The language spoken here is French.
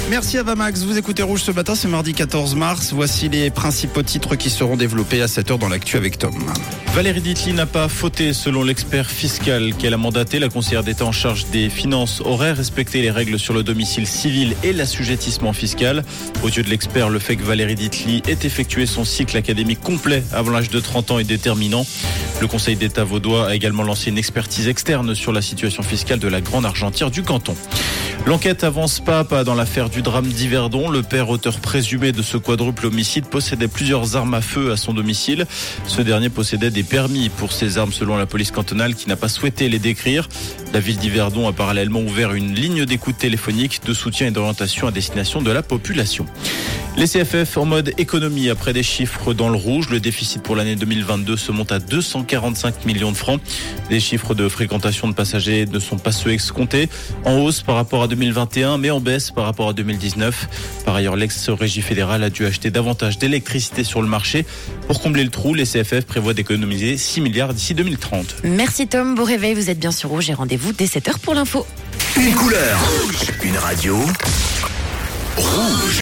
Merci Ava Max, vous écoutez Rouge ce matin, c'est mardi 14 mars. Voici les principaux titres qui seront développés à 7h dans l'actu avec Tom. Valérie Ditli n'a pas fauté selon l'expert fiscal qu'elle a mandaté. La conseillère d'État en charge des finances aurait respecté les règles sur le domicile civil et l'assujettissement fiscal. Aux yeux de l'expert, le fait que Valérie Ditli ait effectué son cycle académique complet avant l'âge de 30 ans est déterminant. Le Conseil d'État vaudois a également lancé une expertise externe sur la situation fiscale de la grande argentière du canton. L'enquête avance pas à pas dans l'affaire du drame d'Yverdon. Le père auteur présumé de ce quadruple homicide possédait plusieurs armes à feu à son domicile. Ce dernier possédait des permis pour ces armes selon la police cantonale qui n'a pas souhaité les décrire. La ville d'Yverdon a parallèlement ouvert une ligne d'écoute téléphonique de soutien et d'orientation à destination de la population. Les CFF en mode économie après des chiffres dans le rouge. Le déficit pour l'année 2022 se monte à 245 millions de francs. Les chiffres de fréquentation de passagers ne sont pas ceux escomptés. En hausse par rapport à 2021, mais en baisse par rapport à 2019. Par ailleurs, l'ex-régie fédérale a dû acheter davantage d'électricité sur le marché. Pour combler le trou, les CFF prévoient d'économiser 6 milliards d'ici 2030. Merci Tom, beau réveil, vous êtes bien sur Rouge et rendez-vous dès 7h pour l'info. Une couleur, une radio, Rouge.